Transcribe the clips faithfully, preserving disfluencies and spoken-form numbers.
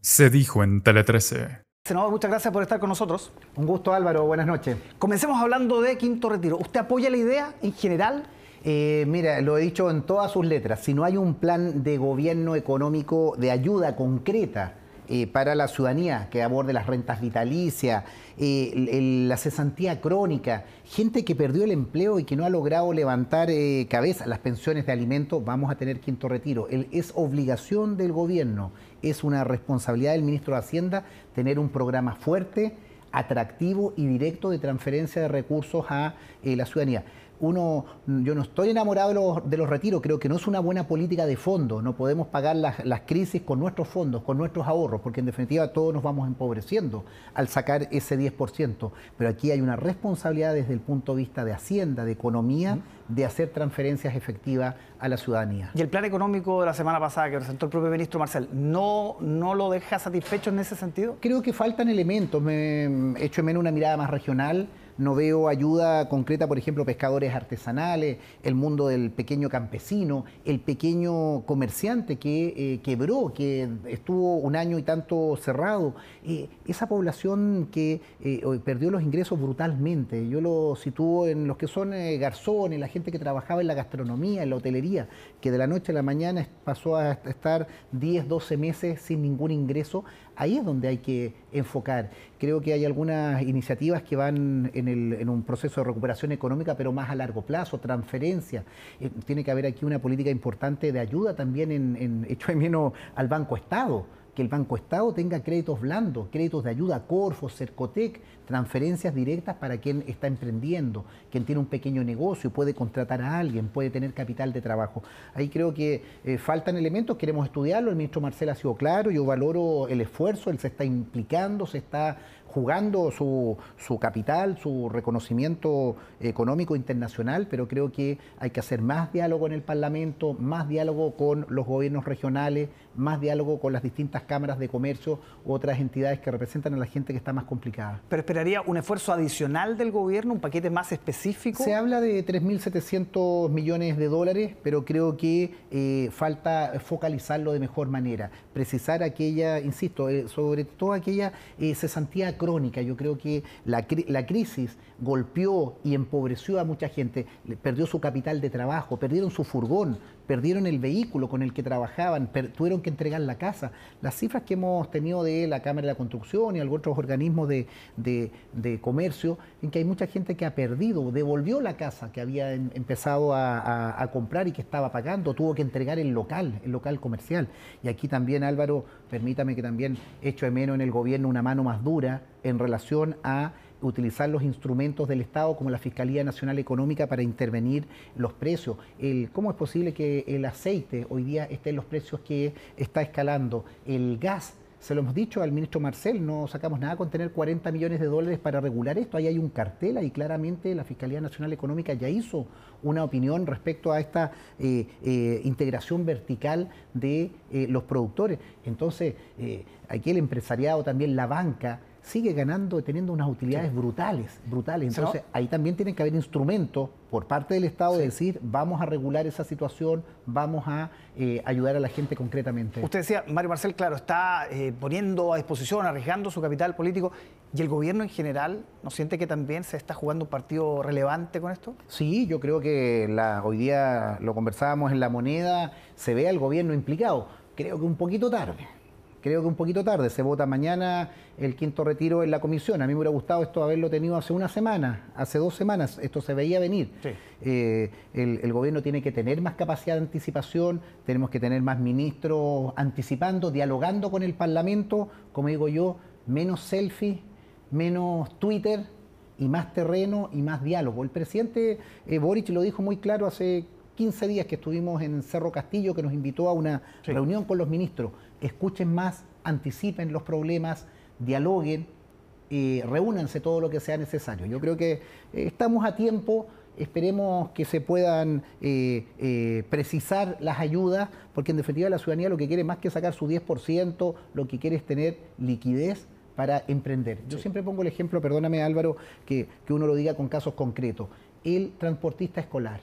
Se dijo en Tele trece. Senador, muchas gracias por estar con nosotros. Un gusto, Álvaro. Buenas noches. Comencemos hablando de Quinto Retiro. ¿Usted apoya la idea en general? Eh, mira, lo he dicho en todas sus letras. Si no hay un plan de gobierno económico de ayuda concreta eh, para la ciudadanía que aborde las rentas vitalicias, eh, el, el, la cesantía crónica, gente que perdió el empleo y que no ha logrado levantar eh, cabeza, las pensiones de alimentos, vamos a tener Quinto Retiro. El, es obligación del gobierno, es una responsabilidad del ministro de Hacienda tener un programa fuerte, atractivo y directo de transferencia de recursos a eh, la ciudadanía. Uno, yo no estoy enamorado de los, de los retiros, creo que no es una buena política de fondo, no podemos pagar las, las crisis con nuestros fondos, con nuestros ahorros, porque en definitiva todos nos vamos empobreciendo al sacar ese diez por ciento, pero aquí hay una responsabilidad desde el punto de vista de Hacienda, de economía, de hacer transferencias efectivas a la ciudadanía. ¿Y el plan económico de la semana pasada que presentó el propio ministro Marcel, no, no lo deja satisfecho en ese sentido? Creo que faltan elementos, me echo en menos una mirada más regional. No veo ayuda concreta, por ejemplo, pescadores artesanales, el mundo del pequeño campesino, el pequeño comerciante que eh, quebró, que estuvo un año y tanto cerrado. Eh, esa población que eh, perdió los ingresos brutalmente. Yo lo sitúo en los que son eh, garzones, la gente que trabajaba en la gastronomía, en la hotelería, que de la noche a la mañana pasó a estar diez, doce meses sin ningún ingreso. Ahí es donde hay que enfocar. Creo que hay algunas iniciativas que van en, el, en un proceso de recuperación económica, pero más a largo plazo, transferencia. Eh, tiene que haber aquí una política importante de ayuda también, en, en hecho de menos al Banco Estado, que el Banco Estado tenga créditos blandos, créditos de ayuda, Corfo, Cercotec, transferencias directas para quien está emprendiendo, quien tiene un pequeño negocio y puede contratar a alguien, puede tener capital de trabajo. Ahí creo que eh, faltan elementos, queremos estudiarlo, el ministro Marcel ha sido claro, yo valoro el esfuerzo, él se está implicando, se está jugando su, su capital, su reconocimiento económico internacional, pero creo que hay que hacer más diálogo en el Parlamento, más diálogo con los gobiernos regionales, más diálogo con las distintas cámaras de comercio u otras entidades que representan a la gente que está más complicada. ¿Pero esperaría un esfuerzo adicional del gobierno, un paquete más específico? Se habla de tres mil setecientos millones de dólares, pero creo que eh, falta focalizarlo de mejor manera, precisar aquella, insisto, eh, sobre todo aquella eh, cesantía crónica. Yo creo que la, la crisis golpeó y empobreció a mucha gente, perdió su capital de trabajo, perdieron su furgón, perdieron el vehículo con el que trabajaban, tuvieron que entregar la casa. Las cifras que hemos tenido de la Cámara de la Construcción y algunos otros organismos de, de, de comercio, en que hay mucha gente que ha perdido, devolvió la casa que había en, empezado a, a, a comprar y que estaba pagando, tuvo que entregar el local, el local comercial. Y aquí también, Álvaro, permítame que también echo de menos en el gobierno una mano más dura en relación a utilizar los instrumentos del Estado como la Fiscalía Nacional Económica para intervenir los precios. El, ¿Cómo es posible que el aceite hoy día esté en los precios que está escalando? El gas, se lo hemos dicho al ministro Marcel, no sacamos nada con tener cuarenta millones de dólares para regular esto. Ahí hay un cartel, ahí claramente la Fiscalía Nacional Económica ya hizo una opinión respecto a esta eh, eh, integración vertical de eh, los productores. Entonces, eh, aquí el empresariado, también la banca, sigue ganando, teniendo unas utilidades sí. brutales, brutales. Entonces, ¿no? Ahí también tienen que haber instrumentos por parte del Estado sí. de decir, vamos a regular esa situación, vamos a eh, ayudar a la gente concretamente. Usted decía, Mario Marcel, claro, está eh, poniendo a disposición, arriesgando su capital político, ¿y el gobierno en general no siente que también se está jugando un partido relevante con esto? Sí, yo creo que la, hoy día lo conversábamos en La Moneda, se ve al gobierno implicado, creo que un poquito tarde. Creo que un poquito tarde, se vota mañana el quinto retiro en la comisión. A mí me hubiera gustado esto haberlo tenido hace una semana, hace dos semanas, esto se veía venir. Sí. Eh, el, el gobierno tiene que tener más capacidad de anticipación, tenemos que tener más ministros anticipando, dialogando con el Parlamento, como digo yo, menos selfies, menos Twitter y más terreno y más diálogo. El presidente eh, Boric lo dijo muy claro hace quince días que estuvimos en Cerro Castillo, que nos invitó a una sí. reunión con los ministros. Escuchen más, anticipen los problemas, dialoguen, eh, reúnanse todo lo que sea necesario. Yo creo que eh, estamos a tiempo, esperemos que se puedan eh, eh, precisar las ayudas, porque en definitiva la ciudadanía lo que quiere más que sacar su diez por ciento, lo que quiere es tener liquidez para emprender. Yo sí. siempre pongo el ejemplo, perdóname Álvaro, que, que uno lo diga con casos concretos. El transportista escolar,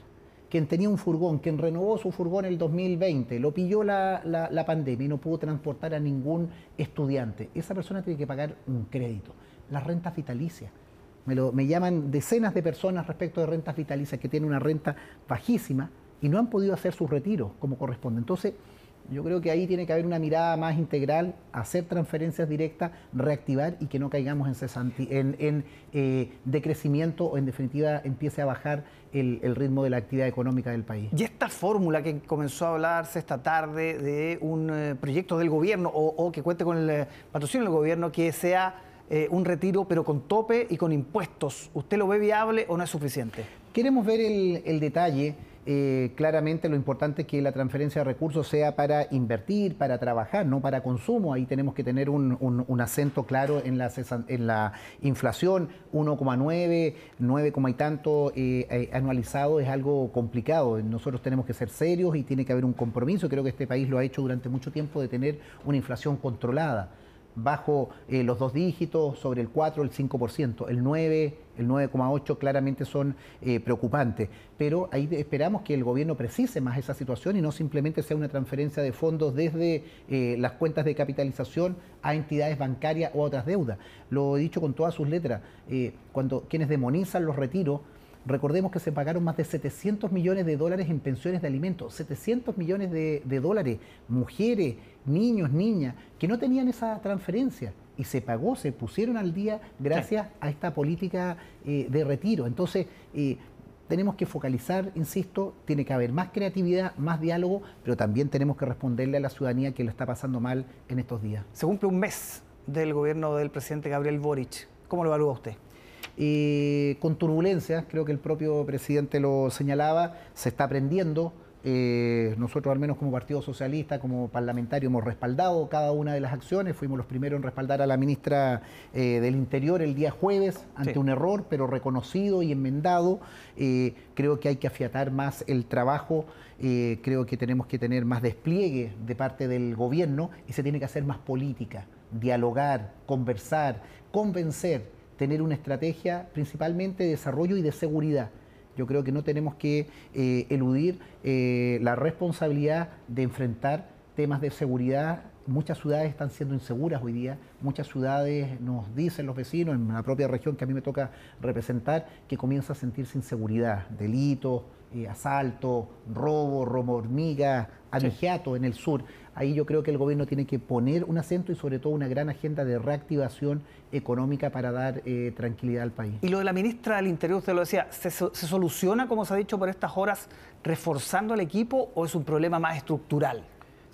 quien tenía un furgón, quien renovó su furgón en el dos mil veinte, lo pilló la, la, la pandemia y no pudo transportar a ningún estudiante. Esa persona tiene que pagar un crédito. Las rentas vitalicias. Me, lo, me llaman decenas de personas respecto de rentas vitalicias que tienen una renta bajísima y no han podido hacer sus retiros como corresponde. Entonces, yo creo que ahí tiene que haber una mirada más integral, hacer transferencias directas, reactivar y que no caigamos en, cesanti, en, en eh, decrecimiento o en definitiva empiece a bajar el, el ritmo de la actividad económica del país. Y esta fórmula que comenzó a hablarse esta tarde de un eh, proyecto del gobierno o, o que cuente con el eh, patrocinio del gobierno que sea eh, un retiro pero con tope y con impuestos, ¿usted lo ve viable o no es suficiente? Queremos ver el, el detalle. Eh, claramente lo importante es que la transferencia de recursos sea para invertir, para trabajar, no para consumo. Ahí tenemos que tener un, un, un acento claro en la, en la inflación. uno coma nueve, nueve y tanto eh, eh, anualizado es algo complicado. Nosotros tenemos que ser serios y tiene que haber un compromiso. Creo que este país lo ha hecho durante mucho tiempo de tener una inflación controlada, bajo eh, los dos dígitos, sobre el cuatro, el cinco por ciento, el nueve, el nueve coma ocho claramente son eh, preocupantes, pero ahí esperamos que el gobierno precise más esa situación y no simplemente sea una transferencia de fondos desde eh, las cuentas de capitalización a entidades bancarias o a otras deudas. Lo he dicho con todas sus letras, eh, cuando quienes demonizan los retiros, recordemos que se pagaron más de setecientos millones de dólares en pensiones de alimentos, setecientos millones de, de dólares, mujeres, niños, niñas, que no tenían esa transferencia y se pagó, se pusieron al día gracias a esta política eh, de retiro. Entonces, eh, tenemos que focalizar, insisto, tiene que haber más creatividad, más diálogo, pero también tenemos que responderle a la ciudadanía que lo está pasando mal en estos días. Se cumple un mes del gobierno del presidente Gabriel Boric. ¿Cómo lo evalúa usted? Eh, con turbulencias, creo que el propio presidente lo señalaba, se está aprendiendo. Eh, nosotros, al menos como Partido Socialista, como parlamentario, hemos respaldado cada una de las acciones. Fuimos los primeros en respaldar a la ministra eh, del Interior el día jueves ante sí. un error, pero reconocido y enmendado. Eh, creo que hay que afiatar más el trabajo. Eh, creo que tenemos que tener más despliegue de parte del gobierno y se tiene que hacer más política, dialogar, conversar, convencer, tener una estrategia principalmente de desarrollo y de seguridad. Yo creo que no tenemos que eh, eludir eh, la responsabilidad de enfrentar temas de seguridad. Muchas ciudades están siendo inseguras hoy día, muchas ciudades nos dicen los vecinos, en la propia región que a mí me toca representar, que comienza a sentirse inseguridad, delitos, eh, asalto, robo, robo hormiga, abigeato sí. en el sur. Ahí yo creo que el gobierno tiene que poner un acento y sobre todo una gran agenda de reactivación económica para dar eh, tranquilidad al país. Y lo de la ministra del Interior, usted lo decía, ¿se, ¿se soluciona, como se ha dicho por estas horas, reforzando el equipo o es un problema más estructural?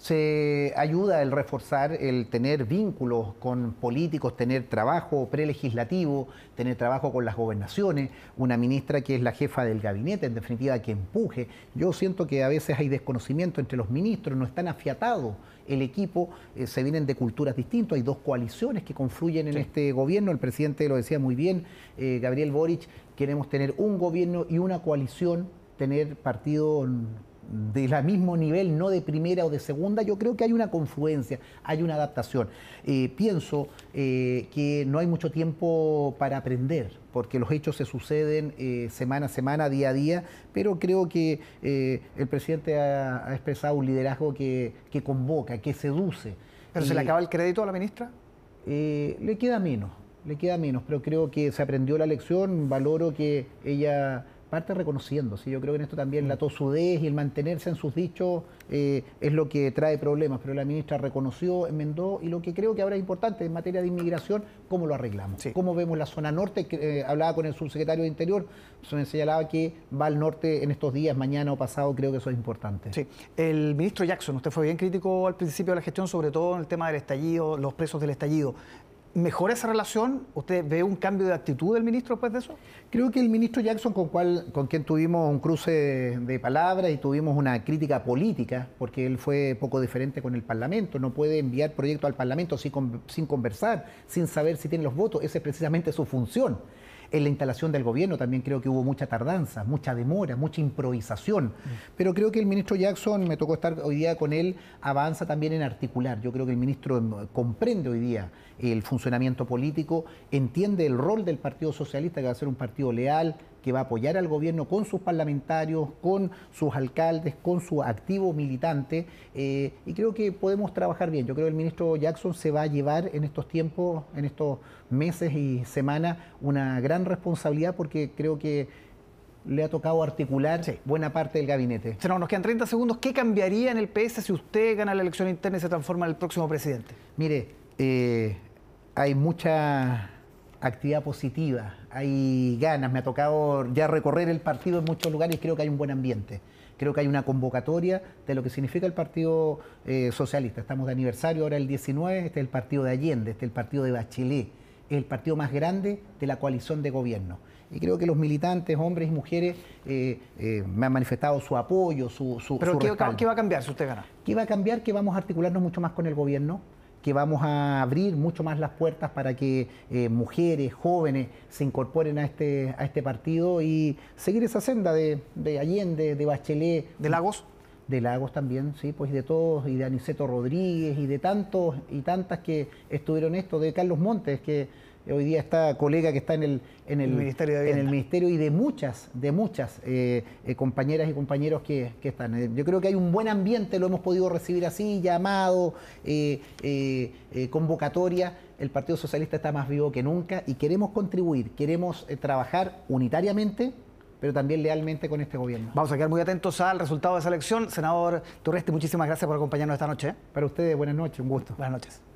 Se ayuda el reforzar, el tener vínculos con políticos, tener trabajo prelegislativo, tener trabajo con las gobernaciones, una ministra que es la jefa del gabinete, en definitiva, que empuje. Yo siento que a veces hay desconocimiento entre los ministros, no están afiatados el equipo, eh, se vienen de culturas distintas, hay dos coaliciones que confluyen en sí. este gobierno, el presidente lo decía muy bien, eh, Gabriel Boric, queremos tener un gobierno y una coalición, tener partidos de la mismo nivel, no de primera o de segunda. Yo creo que hay una confluencia, hay una adaptación. Eh, pienso eh, que no hay mucho tiempo para aprender, porque los hechos se suceden eh, semana a semana, día a día, pero creo que eh, el presidente ha, ha expresado un liderazgo que, que convoca, que seduce. ¿Pero y, se le acaba el crédito a la ministra? Eh, le queda menos, le queda menos, pero creo que se aprendió la lección, valoro que ella parte reconociendo, ¿sí? Yo creo que en esto también la tosudez y el mantenerse en sus dichos eh, es lo que trae problemas, pero la ministra reconoció, enmendó, y lo que creo que ahora es importante en materia de inmigración, ¿cómo lo arreglamos? Sí. ¿Cómo vemos la zona norte? Que, eh, hablaba con el subsecretario de Interior, se me señalaba que va al norte en estos días, mañana o pasado, creo que eso es importante. Sí. El ministro Jackson, usted fue bien crítico al principio de la gestión, sobre todo en el tema del estallido, los presos del estallido. ¿Mejora esa relación? ¿Usted ve un cambio de actitud del ministro después de eso? Creo que el ministro Jackson, con, cual, con quien tuvimos un cruce de, de palabras y tuvimos una crítica política, porque él fue poco diferente con el Parlamento, no puede enviar proyectos al Parlamento sin, sin conversar, sin saber si tiene los votos, esa es precisamente su función. En la instalación del gobierno también creo que hubo mucha tardanza, mucha demora, mucha improvisación. Mm. Pero creo que el ministro Jackson, me tocó estar hoy día con él, avanza también en articular. Yo creo que el ministro comprende hoy día el funcionamiento político, entiende el rol del Partido Socialista, que va a ser un partido leal, que que va a apoyar al gobierno con sus parlamentarios, con sus alcaldes, con su activo militante, eh, y creo que podemos trabajar bien. Yo creo que el ministro Jackson se va a llevar en estos tiempos, en estos meses y semanas, una gran responsabilidad, porque creo que le ha tocado articular sí. buena parte del gabinete. Senador, nos quedan treinta segundos. ¿Qué cambiaría en el P S si usted gana la elección interna y se transforma en el próximo presidente? Mire, eh, hay mucha actividad positiva, hay ganas. Me ha tocado ya recorrer el partido en muchos lugares y creo que hay un buen ambiente. Creo que hay una convocatoria de lo que significa el Partido eh, Socialista. Estamos de aniversario ahora el diecinueve, este es el partido de Allende, este es el partido de Bachelet, es el partido más grande de la coalición de gobierno. Y creo que los militantes, hombres y mujeres, eh, eh, me han manifestado su apoyo, su, su, ¿Pero su qué, respaldo. ¿qué va a cambiar si usted gana? ¿Qué va a cambiar? Que vamos a articularnos mucho más con el gobierno, que vamos a abrir mucho más las puertas para que eh, mujeres, jóvenes se incorporen a este, a este partido y seguir esa senda de, de Allende, de Bachelet. ¿De Lagos? De Lagos también, sí, pues de todos, y de Aniceto Rodríguez, y de tantos y tantas que estuvieron esto, de Carlos Montes, que hoy día está colega que está en el, en el, el Ministerio de en el Ministerio, y de muchas, de muchas eh, eh, compañeras y compañeros que, que están. Yo creo que hay un buen ambiente, lo hemos podido recibir así, llamado, eh, eh, eh, convocatoria. El Partido Socialista está más vivo que nunca y queremos contribuir, queremos eh, trabajar unitariamente, pero también lealmente con este gobierno. Vamos a quedar muy atentos al resultado de esa elección. Senador Turresti, muchísimas gracias por acompañarnos esta noche. Para ustedes, buenas noches, un gusto. Buenas noches.